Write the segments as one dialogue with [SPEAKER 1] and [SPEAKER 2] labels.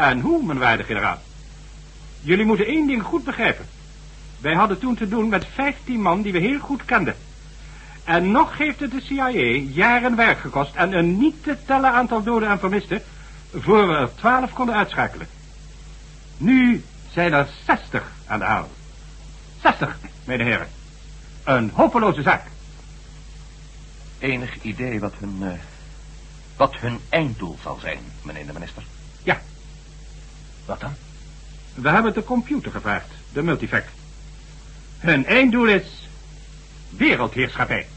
[SPEAKER 1] En hoe, mijn waarde generaal? Jullie moeten één ding goed begrijpen. Wij hadden toen te doen met 15 man die we heel goed kenden. En nog heeft het de CIA jaren werk gekost en een niet te tellen aantal doden en vermisten, voor we er 12 konden uitschakelen. Nu zijn er 60 aan de haal. 60, mijn heren. Een hopeloze zaak.
[SPEAKER 2] Enig idee wat hun einddoel zal zijn, meneer de minister?
[SPEAKER 1] Ja.
[SPEAKER 2] Wat dan?
[SPEAKER 1] We hebben de computer gevraagd, de multifact. Hun einddoel is wereldheerschappij.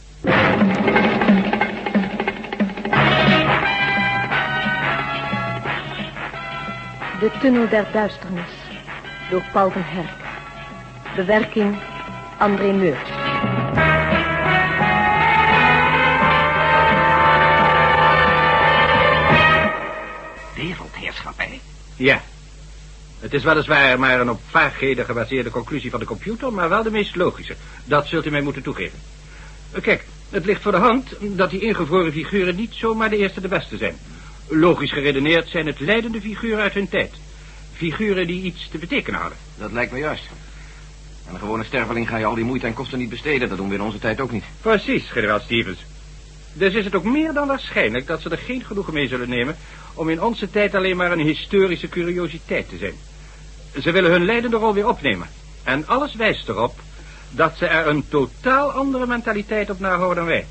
[SPEAKER 3] De Tunnel der Duisternis, door Paul van Herk. Bewerking André Meurs.
[SPEAKER 2] Wereldheerschappij?
[SPEAKER 1] Ja. Het is weliswaar maar een op vaagheden gebaseerde conclusie van de computer, maar wel de meest logische. Dat zult u mij moeten toegeven. Kijk, het ligt voor de hand dat die ingevroren figuren niet zomaar de eerste de beste zijn. Logisch geredeneerd zijn het leidende figuren uit hun tijd. Figuren die iets te betekenen hadden.
[SPEAKER 2] Dat lijkt me juist. En een gewone sterveling ga je al die moeite en kosten niet besteden. Dat doen we in onze tijd ook niet.
[SPEAKER 1] Precies, generaal Stevens. Dus is het ook meer dan waarschijnlijk dat ze er geen genoegen mee zullen nemen om in onze tijd alleen maar een historische curiositeit te zijn. Ze willen hun leidende rol weer opnemen. En alles wijst erop dat ze er een totaal andere mentaliteit op nahouden dan wij.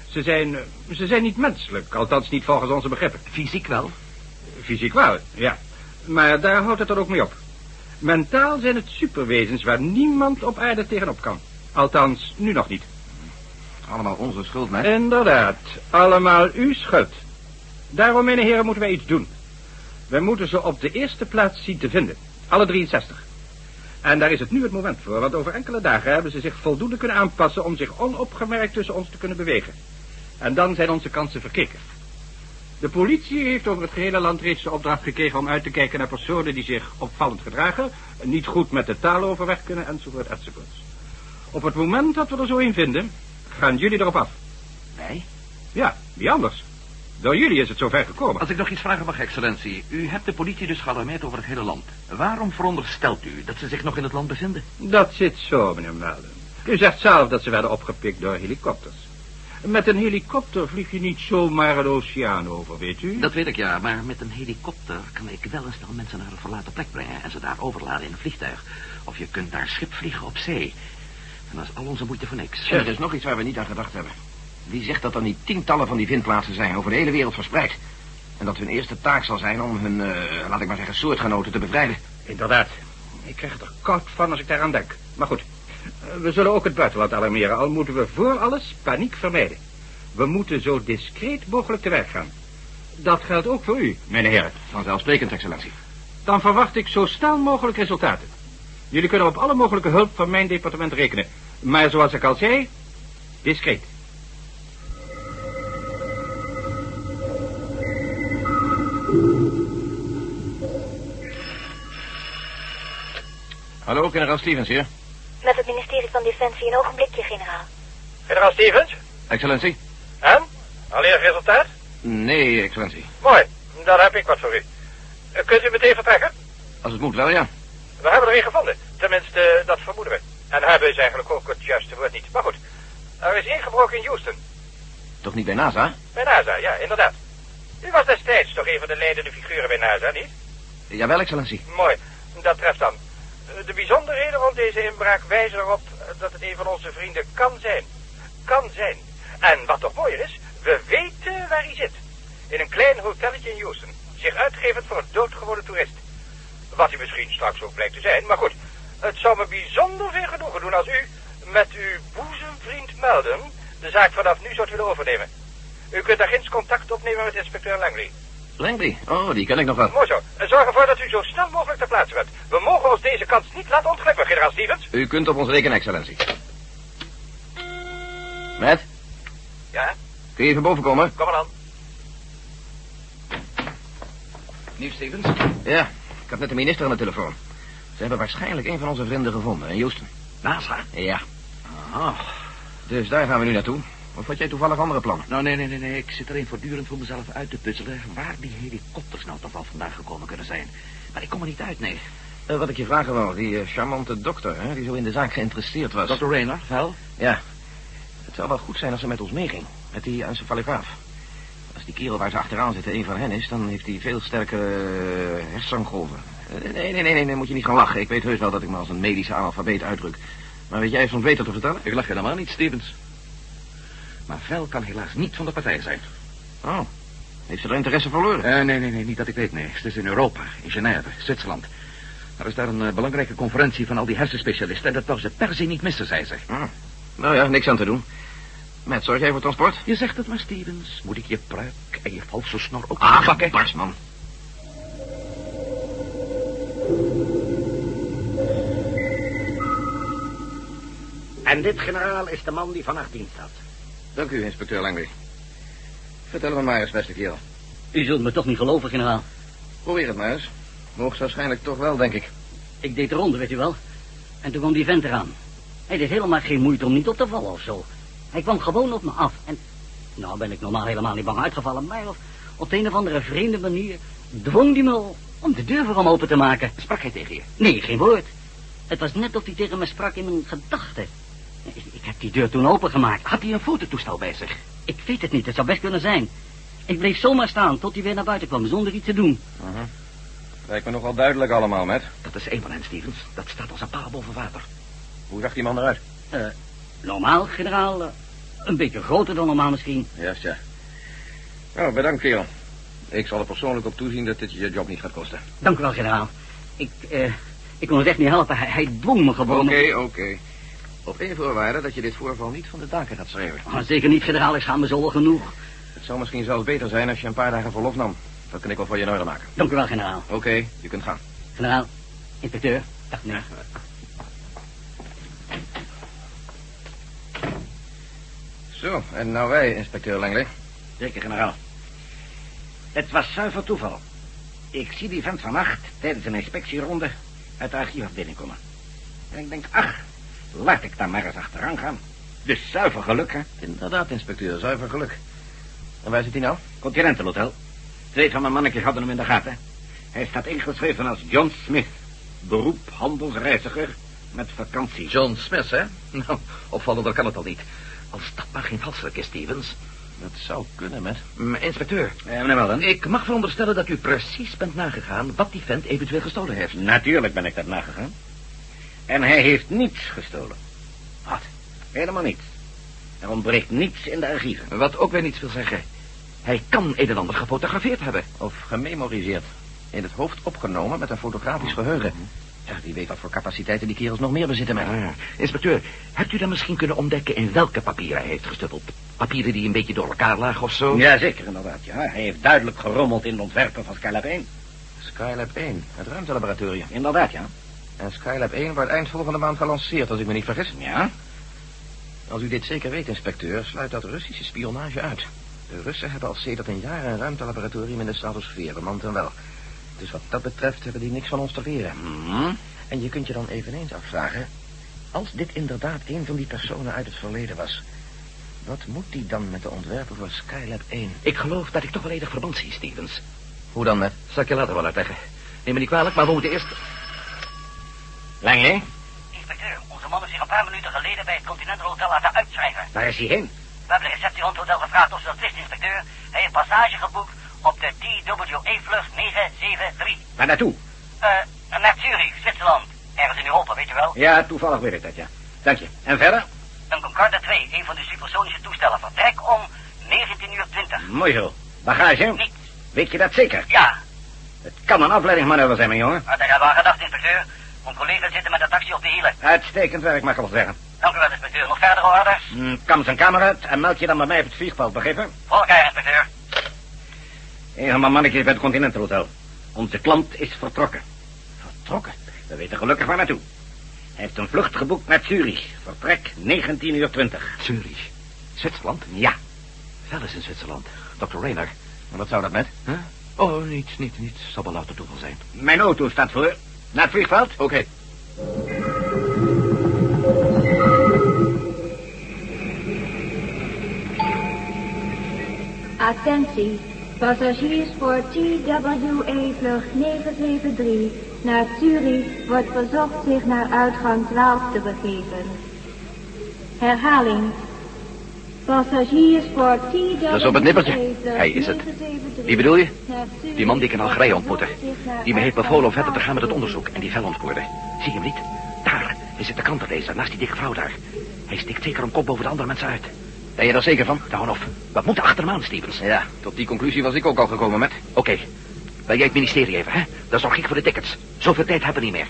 [SPEAKER 1] Ze zijn niet menselijk, althans niet volgens onze begrippen.
[SPEAKER 2] Fysiek wel?
[SPEAKER 1] Fysiek wel, ja. Maar daar houdt het er ook mee op. Mentaal zijn het superwezens waar niemand op aarde tegenop kan. Althans, nu nog niet.
[SPEAKER 2] Allemaal onze schuld, Matt.
[SPEAKER 1] Inderdaad, allemaal uw schuld. Daarom, mijn heren, moeten wij iets doen. Wij moeten ze op de eerste plaats zien te vinden. Alle 63. En daar is het nu het moment voor, want over enkele dagen hebben ze zich voldoende kunnen aanpassen om zich onopgemerkt tussen ons te kunnen bewegen. En dan zijn onze kansen verkeken. De politie heeft over het gehele land reeds de opdracht gekregen om uit te kijken naar personen die zich opvallend gedragen, niet goed met de taal overweg kunnen, enzovoort, enzovoort. Op het moment dat we er zo een vinden, gaan jullie erop af.
[SPEAKER 2] Wij?
[SPEAKER 1] Ja, wie anders? Door jullie is het zover gekomen.
[SPEAKER 2] Als ik nog iets vragen mag, excellentie. U hebt de politie dus gealarmeerd over het hele land. Waarom veronderstelt u dat ze zich nog in het land bevinden?
[SPEAKER 1] Dat zit zo, meneer Melden. U zegt zelf dat ze werden opgepikt door helikopters. Met een helikopter vlieg je niet zomaar een oceaan over, weet u?
[SPEAKER 2] Dat weet ik, ja, maar met een helikopter kan ik wel een stel mensen naar een verlaten plek brengen en ze daar overladen in een vliegtuig. Of je kunt daar schip vliegen op zee. En dat is al onze moeite voor niks.
[SPEAKER 4] Er is nog iets waar we niet aan gedacht hebben. Wie zegt dat er niet tientallen van die vindplaatsen zijn over de hele wereld verspreid? En dat hun eerste taak zal zijn om hun, laat ik maar zeggen, soortgenoten te bevrijden.
[SPEAKER 1] Inderdaad. Ik krijg er koud van als ik daaraan denk. Maar goed, we zullen ook het buitenland alarmeren, al moeten we voor alles paniek vermijden. We moeten zo discreet mogelijk te werk gaan. Dat geldt ook voor u, mijn heren.
[SPEAKER 4] Vanzelfsprekend, excellentie.
[SPEAKER 1] Dan verwacht ik zo snel mogelijk resultaten. Jullie kunnen op alle mogelijke hulp van mijn departement rekenen. Maar zoals ik al zei, discreet.
[SPEAKER 4] Hallo, generaal Stevens hier.
[SPEAKER 5] Met het ministerie van Defensie, een ogenblikje, generaal.
[SPEAKER 1] Generaal Stevens?
[SPEAKER 4] Excellentie?
[SPEAKER 1] En? Al enig resultaat?
[SPEAKER 4] Nee, excellentie.
[SPEAKER 1] Mooi, dan heb ik wat voor u. Kunt u meteen vertrekken?
[SPEAKER 4] Als het moet wel, ja.
[SPEAKER 1] We hebben er een gevonden. Tenminste, dat vermoeden we. En hebben is eigenlijk ook het juiste woord niet. Maar goed, er is ingebroken in Houston.
[SPEAKER 4] Toch niet bij NASA?
[SPEAKER 1] Bij NASA, ja, inderdaad. U was destijds toch een van de leidende figuren bij NASA, niet?
[SPEAKER 4] Jawel, excellentie.
[SPEAKER 1] Mooi, dat treft dan. De bijzonderheden rond deze inbraak wijzen erop dat het een van onze vrienden kan zijn. Kan zijn. En wat nog mooier is, we weten waar hij zit. In een klein hotelletje in Houston. Zich uitgevend voor een doodgewone toerist. Wat hij misschien straks ook blijkt te zijn, maar goed. Het zou me bijzonder veel genoegen doen als u met uw boezemvriend Melden de zaak vanaf nu zou willen overnemen. U kunt daar ginds contact opnemen met inspecteur Langley.
[SPEAKER 4] Langley? Oh, die ken ik nog wel.
[SPEAKER 1] Mooi zo. Zorg ervoor dat u zo snel mogelijk ter plaatse bent. We mogen ons deze kans niet laten ontglippen, generaal Stevens.
[SPEAKER 4] U kunt op ons rekenen, excellentie. Matt?
[SPEAKER 1] Ja?
[SPEAKER 4] Kun je even boven komen?
[SPEAKER 1] Kom maar dan.
[SPEAKER 4] Nieuws, Stevens? Ja, ik had net de minister aan de telefoon. Ze hebben waarschijnlijk een van onze vrienden gevonden in Houston.
[SPEAKER 2] NASA?
[SPEAKER 4] Ja.
[SPEAKER 2] Aha.
[SPEAKER 4] Dus daar gaan we nu naartoe. Of had jij toevallig andere plannen?
[SPEAKER 2] Nou, nee. Ik zit erin voortdurend voor mezelf uit te puzzelen waar die helikopters nou toch wel vandaan gekomen kunnen zijn. Maar ik kom er niet uit, nee.
[SPEAKER 4] Wat ik je vragen wou, die charmante dokter, hè, die zo in de zaak geïnteresseerd was.
[SPEAKER 2] Dr. Rayner, wel?
[SPEAKER 4] Ja. Het zou wel goed zijn als ze met ons meeging. Met die encefalograaf. Als die kerel waar ze achteraan zitten een van hen is, dan heeft hij veel sterkere hersengolven. Nee, moet je niet gaan lachen. Ik weet heus wel dat ik me als een medische analfabeet uitdruk. Maar weet jij soms beter te vertellen?
[SPEAKER 2] Ik lach helemaal niet, Stevens. Maar Vel kan helaas niet van de partij zijn.
[SPEAKER 4] Oh, heeft ze er interesse verloren?
[SPEAKER 2] Nee, niet dat ik weet, nee. Het is in Europa, in Genève, Zwitserland. Er is daar een belangrijke conferentie van al die hersenspecialisten... en dat wou ze per se niet missen, zei ze.
[SPEAKER 4] Nou ja, niks aan te doen. Matt, zorg jij voor transport?
[SPEAKER 2] Je zegt het maar, Stevens. Moet ik je pruik en je valse snor ook
[SPEAKER 4] pakken? Barsman.
[SPEAKER 6] En dit, generaal, is de man die vannacht dienst had.
[SPEAKER 4] Dank u, inspecteur Langley. Vertel me maar eens, beste kerel.
[SPEAKER 7] U zult me toch niet geloven, generaal?
[SPEAKER 4] Probeer het maar eens. Hoogstwaarschijnlijk toch wel, denk ik.
[SPEAKER 7] Ik deed de ronde, weet u wel. En toen kwam die vent eraan. Hij deed helemaal geen moeite om niet op te vallen of zo. Hij kwam gewoon op me af. En nou ben ik normaal helemaal niet bang uitgevallen. Maar op de een of andere vreemde manier dwong hij me om de deur voor hem open te maken.
[SPEAKER 2] Sprak hij tegen je?
[SPEAKER 7] Nee, geen woord. Het was net of hij tegen me sprak in mijn gedachten. Ik heb die deur toen opengemaakt.
[SPEAKER 2] Had hij een fototoestel bij zich?
[SPEAKER 7] Ik weet het niet, het zou best kunnen zijn. Ik bleef zomaar staan tot hij weer naar buiten kwam, zonder iets te doen.
[SPEAKER 4] Lijkt me nogal duidelijk allemaal, Matt.
[SPEAKER 2] Dat is een van hen, Stevens. Dat staat als een paal boven water.
[SPEAKER 4] Hoe zag die man eruit?
[SPEAKER 7] Normaal, generaal. Een beetje groter dan normaal misschien.
[SPEAKER 4] Juist, ja. Nou, bedankt, kerel. Ik zal er persoonlijk op toezien dat dit je job niet gaat kosten.
[SPEAKER 7] Dank u wel, generaal. Ik kon het echt niet helpen. Hij dwong me gewoon.
[SPEAKER 4] Oké. Op één voorwaarde dat je dit voorval niet van de daken gaat schrijven.
[SPEAKER 7] Zeker niet, generaal. Ik schaam me zo wel genoeg.
[SPEAKER 4] Het zou misschien zelfs beter zijn als je een paar dagen verlof nam. Dat kan ik wel voor je in orde maken.
[SPEAKER 7] Dank u wel, generaal.
[SPEAKER 4] Oké, je kunt gaan.
[SPEAKER 7] Generaal, inspecteur, dag meneer.
[SPEAKER 4] Zo, en nou wij, inspecteur Langley.
[SPEAKER 6] Zeker, generaal. Het was zuiver toeval. Ik zie die vent vannacht tijdens een inspectieronde uit de archiefafdeling komen. En ik denk, laat ik daar maar eens achteraan gaan. Dus zuiver geluk, hè?
[SPEAKER 4] Inderdaad, inspecteur, zuiver geluk. En waar zit hij nou?
[SPEAKER 6] Continental Hotel. 2 van mijn mannetjes hadden hem in de gaten. Hij staat ingeschreven als John Smith. Beroep handelsreiziger met vakantie.
[SPEAKER 2] John Smith, hè? Nou, opvallender kan het al niet. Als dat maar geen valselijk is, Stevens.
[SPEAKER 4] Dat zou kunnen, Matt.
[SPEAKER 2] Inspecteur.
[SPEAKER 6] Meneer Weldon?
[SPEAKER 2] Ik mag veronderstellen dat u precies bent nagegaan wat die vent eventueel gestolen heeft.
[SPEAKER 6] Natuurlijk ben ik dat nagegaan. En hij heeft niets gestolen.
[SPEAKER 2] Wat?
[SPEAKER 6] Helemaal niets. Er ontbreekt niets in de archieven.
[SPEAKER 2] Wat ook weer niets wil zeggen. Hij kan een en ander gefotografeerd hebben.
[SPEAKER 4] Of gememoriseerd. In het hoofd opgenomen met een fotografisch geheugen. Ja, wie weet wat voor capaciteiten die kerels nog meer bezitten, met.
[SPEAKER 2] Inspecteur, hebt u dan misschien kunnen ontdekken in welke papieren hij heeft gestutteld? Papieren die een beetje door elkaar lagen of zo?
[SPEAKER 6] Ja, zeker, inderdaad. Ja. Hij heeft duidelijk gerommeld in de ontwerpen van Skylab 1.
[SPEAKER 4] Skylab 1, het ruimtelaboratorium.
[SPEAKER 6] Inderdaad, ja.
[SPEAKER 4] En Skylab 1 wordt eind volgende maand gelanceerd, als ik me niet vergis.
[SPEAKER 6] Ja?
[SPEAKER 4] Als u dit zeker weet, inspecteur, sluit dat Russische spionage uit. De Russen hebben al sedert een jaar een ruimtelaboratorium in de stratosfeer, bemand en wel. Dus wat dat betreft hebben die niks van ons te leren. En je kunt je dan eveneens afvragen, als dit inderdaad een van die personen uit het verleden was, wat moet die dan met de ontwerpen voor Skylab 1?
[SPEAKER 2] Ik geloof dat ik toch wel enig verband zie, Stevens.
[SPEAKER 4] Hoe dan, Matt?
[SPEAKER 2] Zal ik je later wel uitleggen. Neem me niet kwalijk, maar we moeten eerst...
[SPEAKER 6] Langley?
[SPEAKER 7] Inspecteur, onze man is zich een paar minuten geleden bij het Continental Hotel laten uitschrijven.
[SPEAKER 6] Waar is hij heen?
[SPEAKER 7] We hebben de receptie rond het hotel gevraagd of ze dat wist, inspecteur. Hij heeft passage geboekt op de TWA-vlucht 973.
[SPEAKER 6] Waar naartoe?
[SPEAKER 7] Naar Zurich, Zwitserland. Ergens in Europa, weet je wel.
[SPEAKER 6] Ja, toevallig weet ik dat, ja. Dank je. En verder?
[SPEAKER 7] Een Concorde 2, een van de supersonische toestellen. Vertrek om 19:20.
[SPEAKER 6] Mooi zo. Bagage?
[SPEAKER 7] Niets.
[SPEAKER 6] Weet je dat zeker?
[SPEAKER 7] Ja,
[SPEAKER 6] Het kan een afleidingsmanoeuvre zijn, mijn jongen.
[SPEAKER 7] daar hebben we aan gedacht, inspecteur. Mijn collega's zitten met de taxi op de hielen.
[SPEAKER 6] Uitstekend werk, mag ik wel zeggen.
[SPEAKER 7] Dank u wel, inspecteur. Nog verdere orders?
[SPEAKER 6] Kam zijn kamer uit en meld je dan bij mij op het vliegveld, begrepen?
[SPEAKER 7] Voor elkaar, inspecteur.
[SPEAKER 6] Een van mijn mannetjes bij het Continental Hotel. Onze klant is vertrokken.
[SPEAKER 4] Vertrokken?
[SPEAKER 6] We weten gelukkig waar naartoe. Hij heeft een vlucht geboekt naar Zurich. Vertrek 19:20.
[SPEAKER 2] Zurich. Zwitserland?
[SPEAKER 6] Ja.
[SPEAKER 2] Wel eens in Zwitserland. Dr. Rayner.
[SPEAKER 4] En wat zou dat met?
[SPEAKER 2] Huh? Oh, niets. Zal wel louter toeval zijn.
[SPEAKER 6] Mijn auto staat voor. Naar het vliegveld?
[SPEAKER 2] Oké.
[SPEAKER 3] Attentie,
[SPEAKER 5] Passagiers voor TWA vlucht 973 naar Zurich wordt verzocht zich naar uitgang 12 te begeven. Herhaling. Passagiers voor TWA...
[SPEAKER 2] Dat is op het nippertje. Hij is het. Wie bedoel je? Die man die ik in Algerije ontmoette. Die me heeft bevolen om verder te gaan met het onderzoek en die vel ontvoerde. Zie je hem niet? Daar. Hij zit de krant te lezen, naast die dikke vrouw daar. Hij stikt zeker een kop boven de andere mensen uit.
[SPEAKER 4] Ben je daar zeker van?
[SPEAKER 2] Nou, of. We moeten achter hem aan, Stevens.
[SPEAKER 4] Ja, tot die conclusie was ik ook al gekomen, met.
[SPEAKER 2] Oké. Wil jij het ministerie even, hè? Dan zorg ik voor de tickets. Zoveel tijd hebben we niet meer.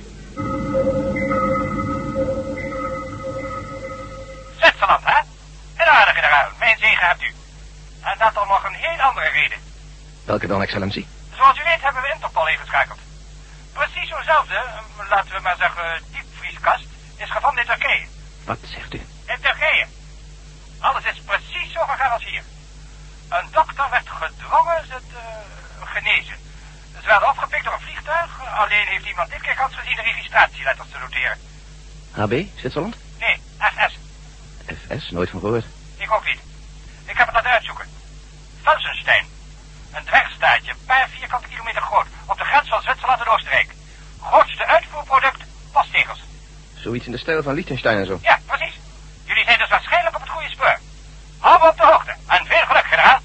[SPEAKER 1] Zwitserland, hè? Een aardige generaal. Mijn zegen hebt u. En dat om nog een heel andere reden.
[SPEAKER 4] Welke dan, excellentie?
[SPEAKER 1] Zoals u weet hebben we Interpol ingeschakeld. Precies zo'nzelfde, laten we maar zeggen, diepvrieskast, is gevonden in Turkije.
[SPEAKER 2] Wat zegt u?
[SPEAKER 1] In Turkije. Alles is precies zo gegaan als hier. Een dokter werd gedwongen ze te genezen. Ze werden opgepikt door een vliegtuig. Alleen heeft iemand dit keer kans gezien de registratieletters te noteren.
[SPEAKER 4] HB, Zwitserland?
[SPEAKER 1] Nee, FS.
[SPEAKER 4] FS, nooit van gehoord.
[SPEAKER 1] Ik ook niet. Ik heb het laten uitzoeken. Felsenstein. Een dwergstaatje, een paar vierkante kilometer groot. Op de grens van Zwitserland en Oostenrijk. Grootste uitvoerproduct, posttegels.
[SPEAKER 4] Zoiets in de stijl van Liechtenstein en zo.
[SPEAKER 1] Ja, precies. Jullie zijn dus waarschijnlijk op het goede spoor. Hou me op de hoogte. En veel geluk, generaal.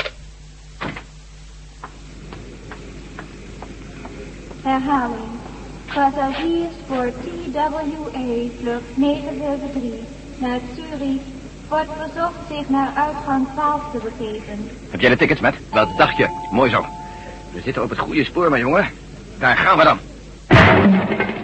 [SPEAKER 5] Herhaling. Passagiers voor TWA vlucht 973 naar Zurich wordt verzocht zich naar uitgang 12 te begeven.
[SPEAKER 4] Heb jij de tickets, met? Wat dacht je? Mooi zo. We zitten op het goede spoor, mijn jongen. Daar gaan we dan.